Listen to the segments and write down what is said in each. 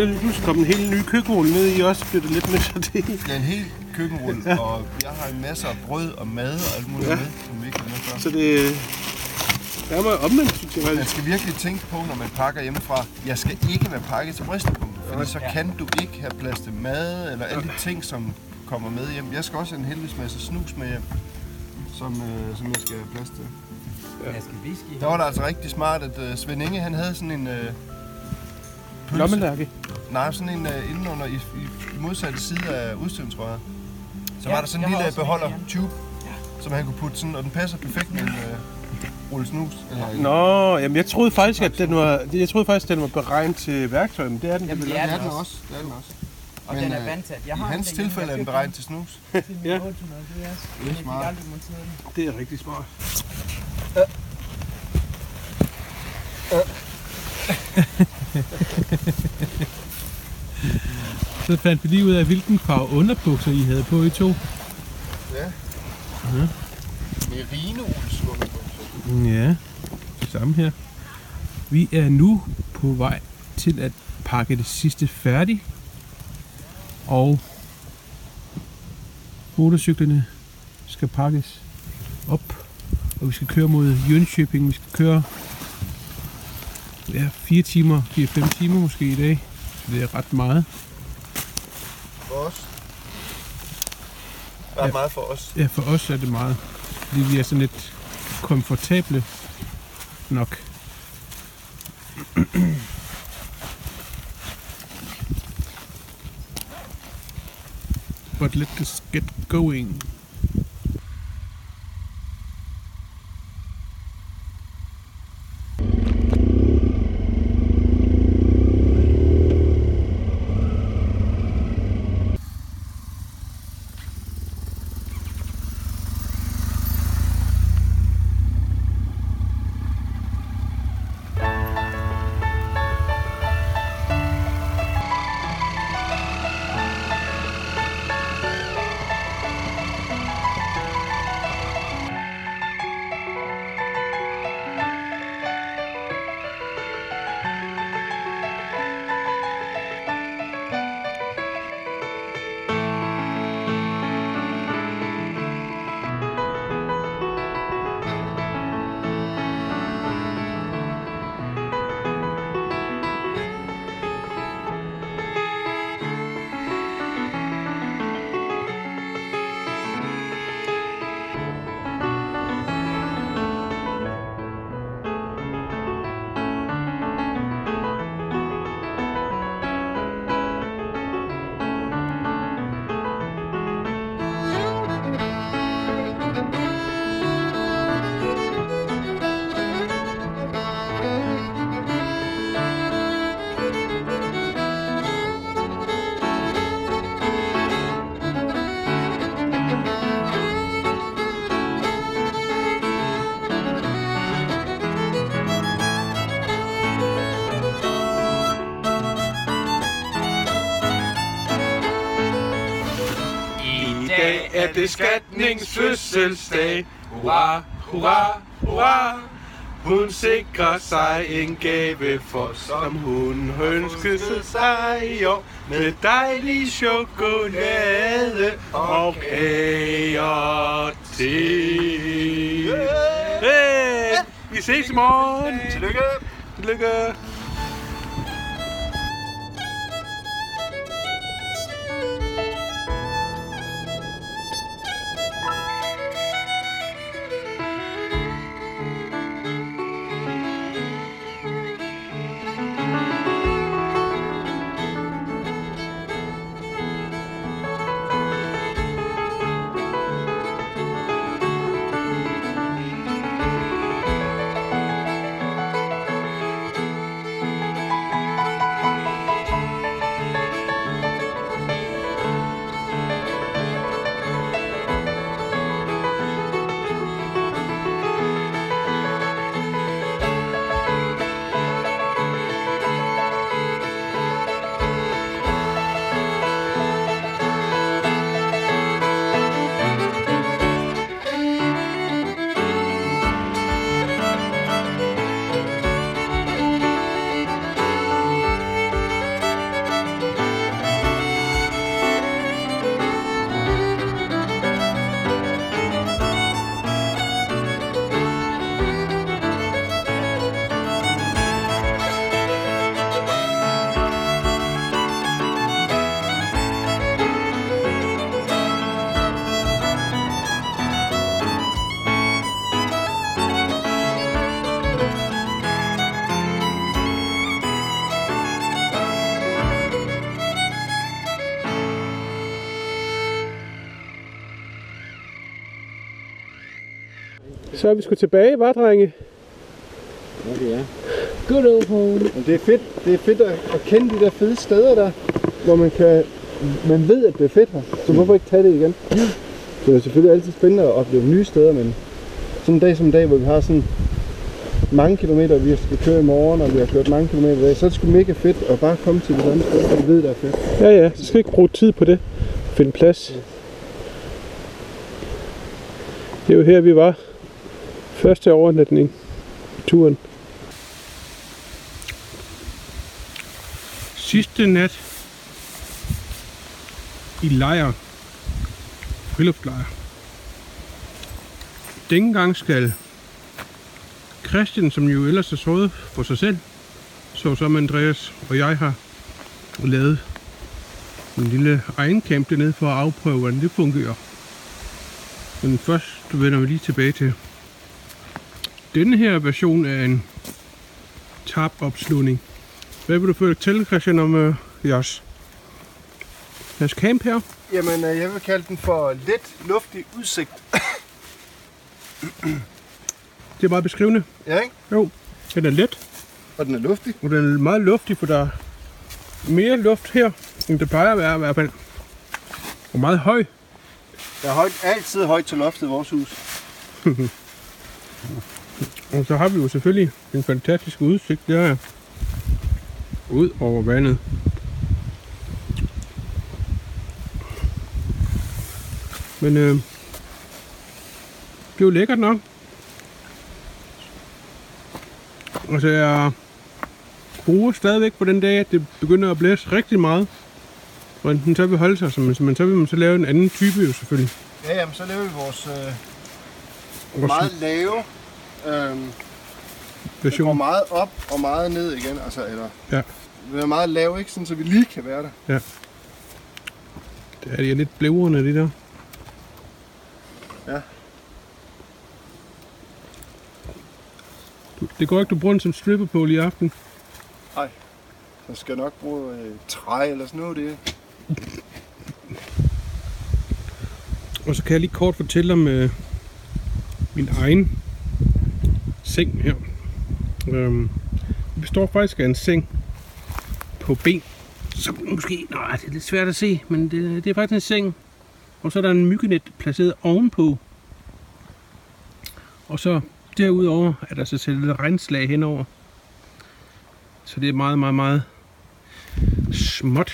nu kom en helt ny køkkenrulle ned i også, bliver det lidt mere så det. Det er en helt køkkenrulle, og jeg har en masse af brød og mad og alt muligt med, som vi ikke har med før. Så det er meget omvendt, synes jeg. Man skal virkelig tænke på, når man pakker hjemmefra, jeg skal ikke være pakket til bristepunktet, fordi så kan du ikke have plads til mad eller alle de ting, som kommer med hjem. Jeg skal også have en helvedes masse snus med hjem, som jeg skal have plads til. Ja. Jeg skal whisky. Der var det altså rigtig smart, at Svend Inge, han havde sådan en lommelærke. Nej, sådan en indenunder i modsatte side af udstødningsrøret. Så var der sådan en lille beholder, tube, som han kunne putte sådan, og den passer perfekt med en rulle snus. Nå, jamen jeg troede faktisk, at den var beregnet til værktøj, men det er den. Jamen, det er den også. Og men, den er vandtæt. I hans tilfælde er den beregnet til snus. Ja. Det er smart. Det er rigtig smart. Så fandt vi lige ud af, hvilken farve underbukser I havde på, I to. Ja. Merino-ulds underbukser. Ja, det samme her. Vi er nu på vej til at pakke det sidste færdigt. Og motorcyklerne skal pakkes op. Og vi skal køre mod Jönköping. Vi skal køre 4-5 timer måske i dag. Så det er ret meget. For os. Det er meget for os. Ja, for os er det meget. Fordi vi er sådan lidt komfortable nok. But let us get going. Er det skatningsfødselsdag? Hurra, hurra, hurra! Hun sikrer sig en gave for, som hun ønskede sig i år. Med dejlig chokolade og kager til. Hey, vi ses i morgen! Tillykke! Tillykke! Så er vi sgu tilbage, hva' drenge? Ja, det er. Good old home. Men det er fedt at kende de der fede steder der, hvor man ved, at det er fedt her. Så hvorfor ikke tage det igen? Ja. Så det er selvfølgelig altid spændende at opleve nye steder, men sådan en dag som en dag, hvor vi har sådan mange kilometer, vi skal køre i morgen, og vi har kørt mange kilometer i dag, så er det sgu mega fedt at bare komme til et andet sted, hvor vi ved, det er fedt. Ja, så skal vi ikke bruge tid på det. Finde plads. Det er jo her, vi var. Første overnatning i turen. Sidste nat i lejr. Friluftslejr. Denne gang skal Christian, som jo ellers har sovet for sig selv, så som Andreas og jeg har lavet en lille egencamp dernede for at afprøve, hvordan det fungerer. Men først vender vi lige tilbage til denne her version af en tarpopslutning. Hvad vil du fortælle, Christian, om jeres camp her? Jamen, jeg vil kalde den for let luftig udsigt. Det er meget beskrivende. Ja, ikke? Jo, den er let. Og den er luftig. Og den er meget luftig, for der er mere luft her, end det plejer at være i hvert fald. Og meget høj. Der er altid højt til loftet i vores hus. Og så har vi jo selvfølgelig en fantastisk udsigt der ud over vandet. Men det er jo lækkert nok. Og så jeg bruger stadigvæk på den dag, at det begynder at blæse rigtig meget. Og enten så vil holde sig, men så vil man så lave en anden type jo selvfølgelig. Ja, jamen så laver vi vores meget lave version. går meget op og meget ned igen, altså eller. Ja. Det er meget lav, ikke, sådan så vi lige kan være der. Ja. Det er lidt blævrende, det der. Ja. Det går ikke, du bruger den som stripperpole i aften. Nej. Jeg skal nok bruge træ eller sådan noget det. Og så kan jeg lige kort fortælle om min egen seng her. Det består faktisk af en seng på ben. Så måske, det er lidt svært at se, men det er faktisk en seng. Og så er der en myggenet placeret ovenpå. Og så derudover er der så selv et regnslag henover. Så det er meget, meget, meget småt.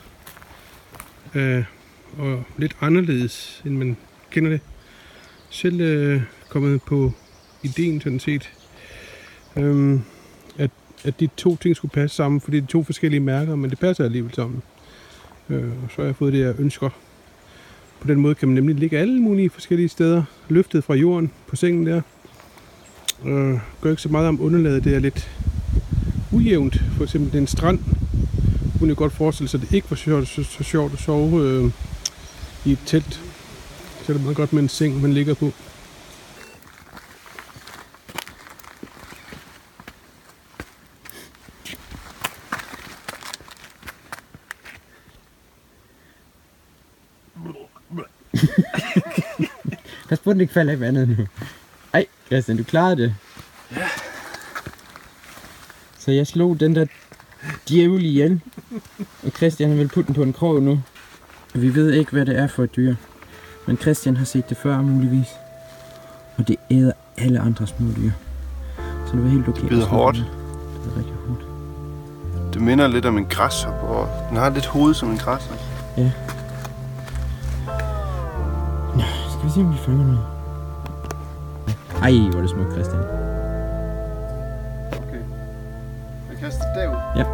Og lidt anderledes, end man kender det. Selv kommet på ideen sådan set, at de to ting skulle passe sammen, fordi det er to forskellige mærker, men det passer alligevel sammen. Og så har jeg fået det, jeg ønsker. På den måde kan man nemlig ligge alle mulige forskellige steder, løftet fra jorden på sengen der. Gør ikke så meget om underlaget, det er lidt ujævnt. For eksempel en strand, kunne jeg godt forestille sig, at det ikke var så sjovt at sove i et telt. Så er det meget godt med en seng, man ligger på. Pas på, den ikke falder i vandet nu. Ej, Christian, du klarede det. Ja. Så jeg slog den der djævel ihjel. Og Christian vil putte den på en krog nu. Og vi ved ikke, hvad det er for et dyr. Men Christian har set det før, muligvis. Og det æder alle andre små dyr. Så det var helt okay. Det bider hårdt. Det er rigtig hårdt. Det minder lidt om en græshoppe, og den har lidt hoved som en græshoppe. Ja. Nå, skal vi se, om vi fanger noget. Ej, hvor er det smukt, Christian. Okay. Jeg kaster det derud. Ja.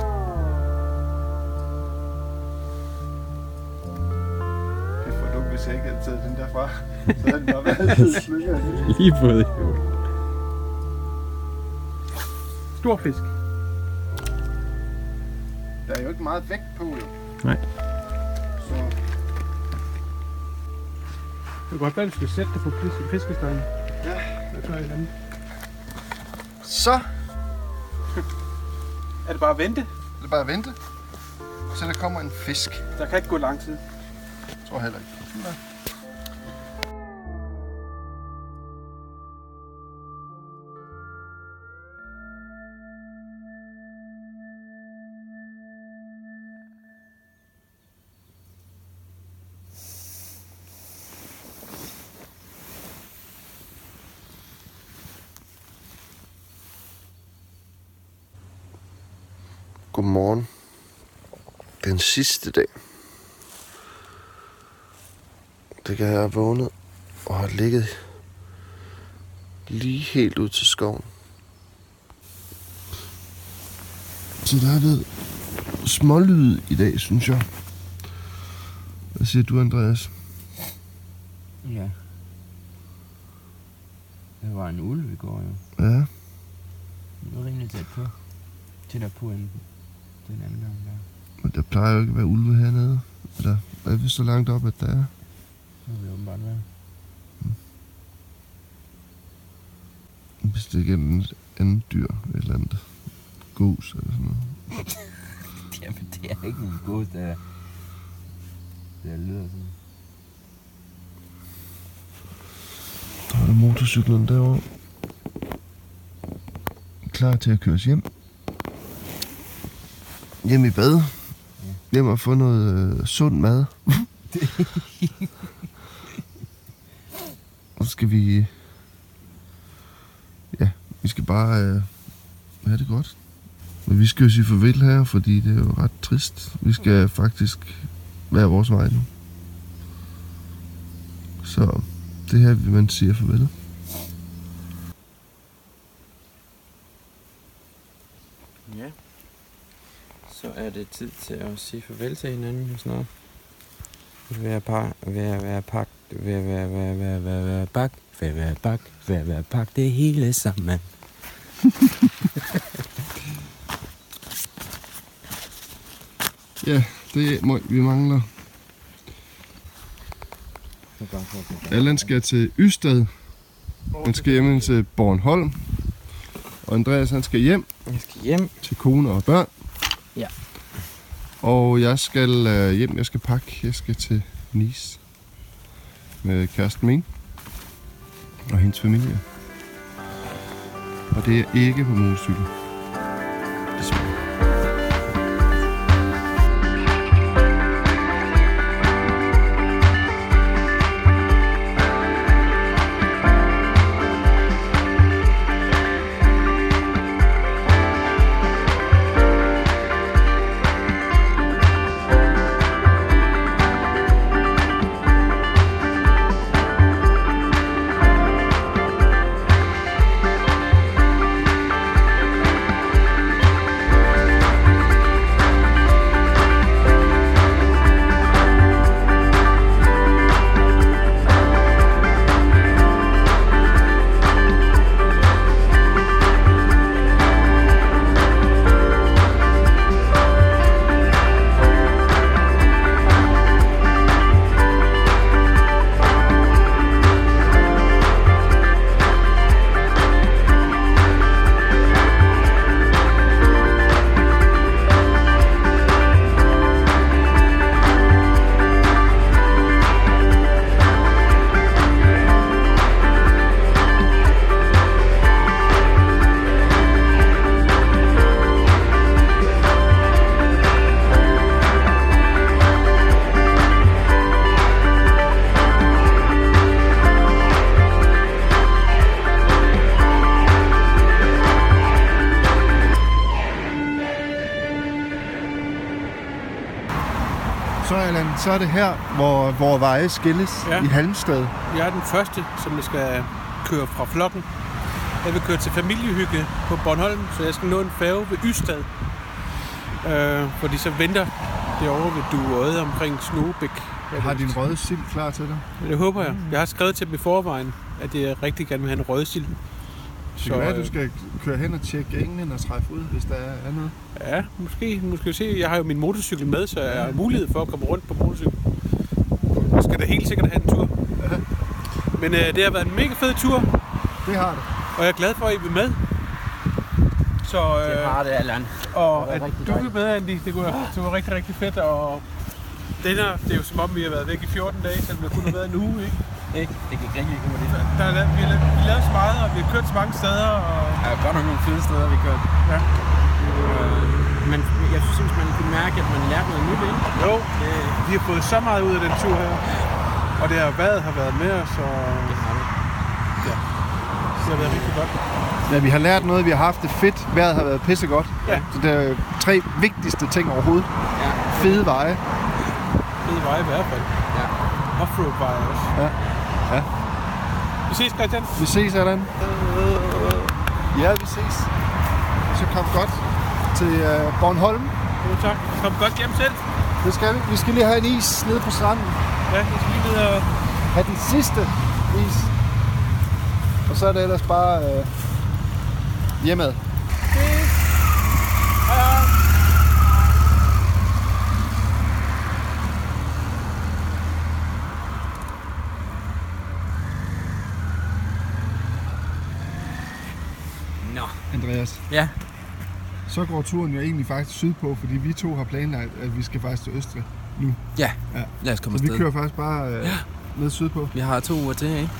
Det er for dumt, hvis jeg ikke havde taget den derfra. Så havde den bare været altid slynger. Lige på det. Stor fisk. Der er jo ikke meget vægt på, jo. Nej. Så Det kan godt være, at du skal sætte det på fiskestangen. ja. Jeg tror, jeg Så er det bare at vente? er det bare at vente. Så der kommer en fisk. Der kan ikke gå lang tid. Jeg tror heller ikke. Sådan der. Godmorgen. Den sidste dag. Det kan jeg have vågnet og har ligget lige helt ud til skoven. Så der er lidt smålyd i dag, synes jeg. Hvad siger du, Andreas? Ja. Det var en ulv i går, jo. Ja. Det var rimelig tæt på. Tættere på end den anden gang der. Men der plejer jo ikke at være ulve hernede. Eller er vi så langt op, at der er? Det må vi åbenbart være. Hvis det ikke er et andet dyr, et eller andet gås eller sådan noget. Jamen, det er ikke en gås, der lyder sådan. Der er motorcyklen derovre. Klar til at køres hjem. Hjem i bad. Hjem og få noget sund mad. Og så skal vi... Ja, vi skal bare have det godt. Men vi skal jo sige farvel her, fordi det er jo ret trist. Vi skal faktisk være vores vej nu. Så det her vil man sige farvel. Ja. Så er det tid til at sige farvel til hinanden snart. Være pak det hele sammen. Ja, det må vi mangler. Allan skal til Ystad. Han skal hjem til Bornholm. Og Andreas, han skal hjem. Jeg skal hjem til kone og børn. Ja. Og jeg skal hjem. Jeg skal pakke. Jeg skal til Nice med kæresten min og hendes familie. Og det er ikke på motorcykel. Desværre. Så er det her, hvor veje skilles i Halmstad. Jeg er den første, som jeg skal køre fra flokken. Jeg vil køre til familiehygge på Bornholm, så jeg skal nå en færge ved Ystad. Fordi så venter det over ved Dueodde omkring Snogebæk. Har din røde sild klar til dig? Det håber jeg. Jeg har skrevet til dem i forvejen, at jeg rigtig gerne vil have en røde sild. Så det kan være, at du skal køre hen og tjekke englen og træffe ud, hvis der er noget. Ja, måske. Nu skal vi se. Jeg har jo min motorcykel med, så jeg har mulighed for at komme rundt på motorcykel. Jeg skal da helt sikkert have en tur. Ja. Men det har været en mega fed tur. Det har det. Og jeg er glad for, at I vil med. Så, det har det, Allan. Og at du vil med, Andy, det var rigtig, rigtig fedt. Og det er jo som om, vi har været væk i 14 dage, selvom det kun har været en uge, ikke? Ikke? Det gik rigtig hurtigt. Vi har lavet så meget, og vi har kørt så mange steder. Og... Ja, godt nok nogle fede steder, vi har kørt. Ja. Men jeg synes, man kunne mærke, at man lærte noget nyt, ikke? Jo, vi har fået så meget ud af den tur her. Og det har været med os, og... Det har det. Ja, det har været rigtig godt. Ja, vi har lært noget, vi har haft det fedt. Vejret har været pissegodt. Ja. Så det er 3 vigtigste ting overhovedet. Ja. Fede veje. Fede veje i hvert fald. Ja. Offroad veje også. Ja. Ja. Vi ses, Christian. Vi ses, Allan. Ja, vi ses. Så kom godt til Bornholm. Jo, tak. Kom godt hjem selv. Det skal vi. Vi skal lige have en is nede på stranden. Ja, jeg skal lige ned og... Have den sidste is. Og så er det ellers bare hjemad. Hej, hej. Nå. Andreas, Ja. så går turen jo egentlig faktisk sydpå, fordi vi to har planlagt, at vi skal faktisk til Østrig nu. Ja. Ja. Lad os komme Så vi afsted. kører faktisk bare ned sydpå. Vi har 2 uger til, ikke?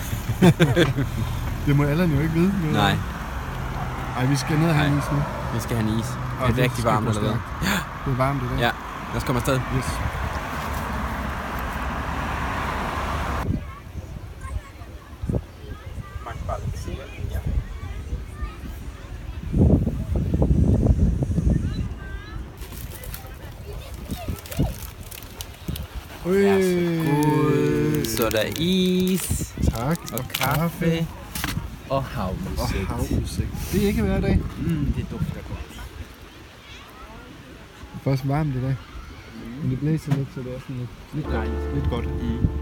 Det må Allan jo ikke vide. Nej. Ej, vi skal ned og have en is nu. Vi skal have en is. Og Det er vi rigtig skal varmt på allerede. strand. Det er varmt i dag. Ja. Lad os komme afsted. Yes. God. Så er der is Tak. og kaffe og havudsigt. Og havudsigt. Det er ikke hver dag. Det dufter godt. Det er faktisk varmt i dag. Men det blæser lidt, så det er sådan lidt dejligt. Lidt godt.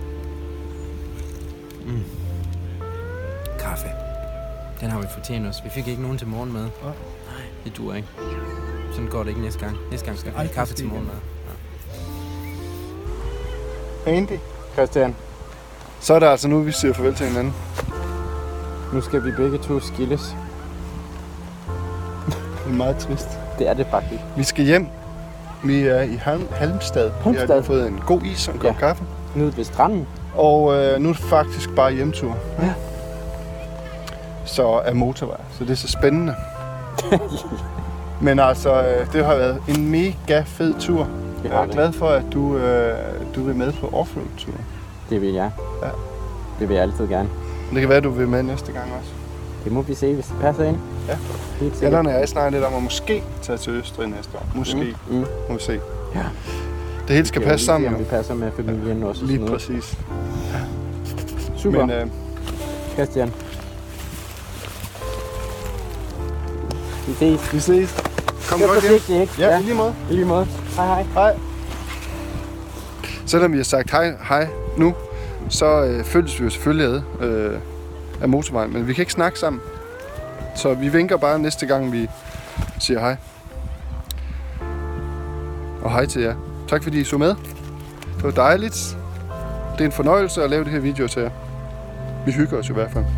Kaffe. Den har vi fortjent os. Vi fik ikke nogen til morgenmad. Nej, det duer ikke. Sådan går det ikke næste gang. Næste gang skal vi have kaffe til morgenmad. Andy. Christian, Så er det altså nu, vi siger farvel til hinanden. nu skal vi begge to skilles. Det er meget trist. Det er det faktisk. Vi skal hjem. Vi er i Halmstad. Vi har lige fået en god is og en kop kaffe. Nede ved stranden. Og nu er det faktisk bare hjemtur. Ja. Så er motorvej. Så det er så spændende. Men altså, det har været en mega fed tur. Jeg er glad for, at du vil med på offroad-tur. Det vil jeg. Ja. Det vil jeg altid gerne. Det kan være, at du vil med næste gang også. Det må vi se, hvis det passer ind. Ja. Helt sikkert. Eller når jeg snakker lidt om at måske tage til Østrig næste år. Måske. Må vi se. Ja. Det hele skal passe sammen. Om vi passer med familien også. Lige præcis. Super. Men, Christian. Vi ses. vi ses. Kom Jeg godt er hjem. forsigtig, ikke? Ja, i lige måde. I lige måde. Hej hej. Hej. Selvom vi har sagt hej nu, så følges vi jo selvfølgelig af motorvejen, men vi kan ikke snakke sammen. Så vi vinker bare næste gang, vi siger hej. Og hej til jer. Tak fordi I så med. Det var dejligt. Det er en fornøjelse at lave det her video til jer. Vi hygger os i hvert fald.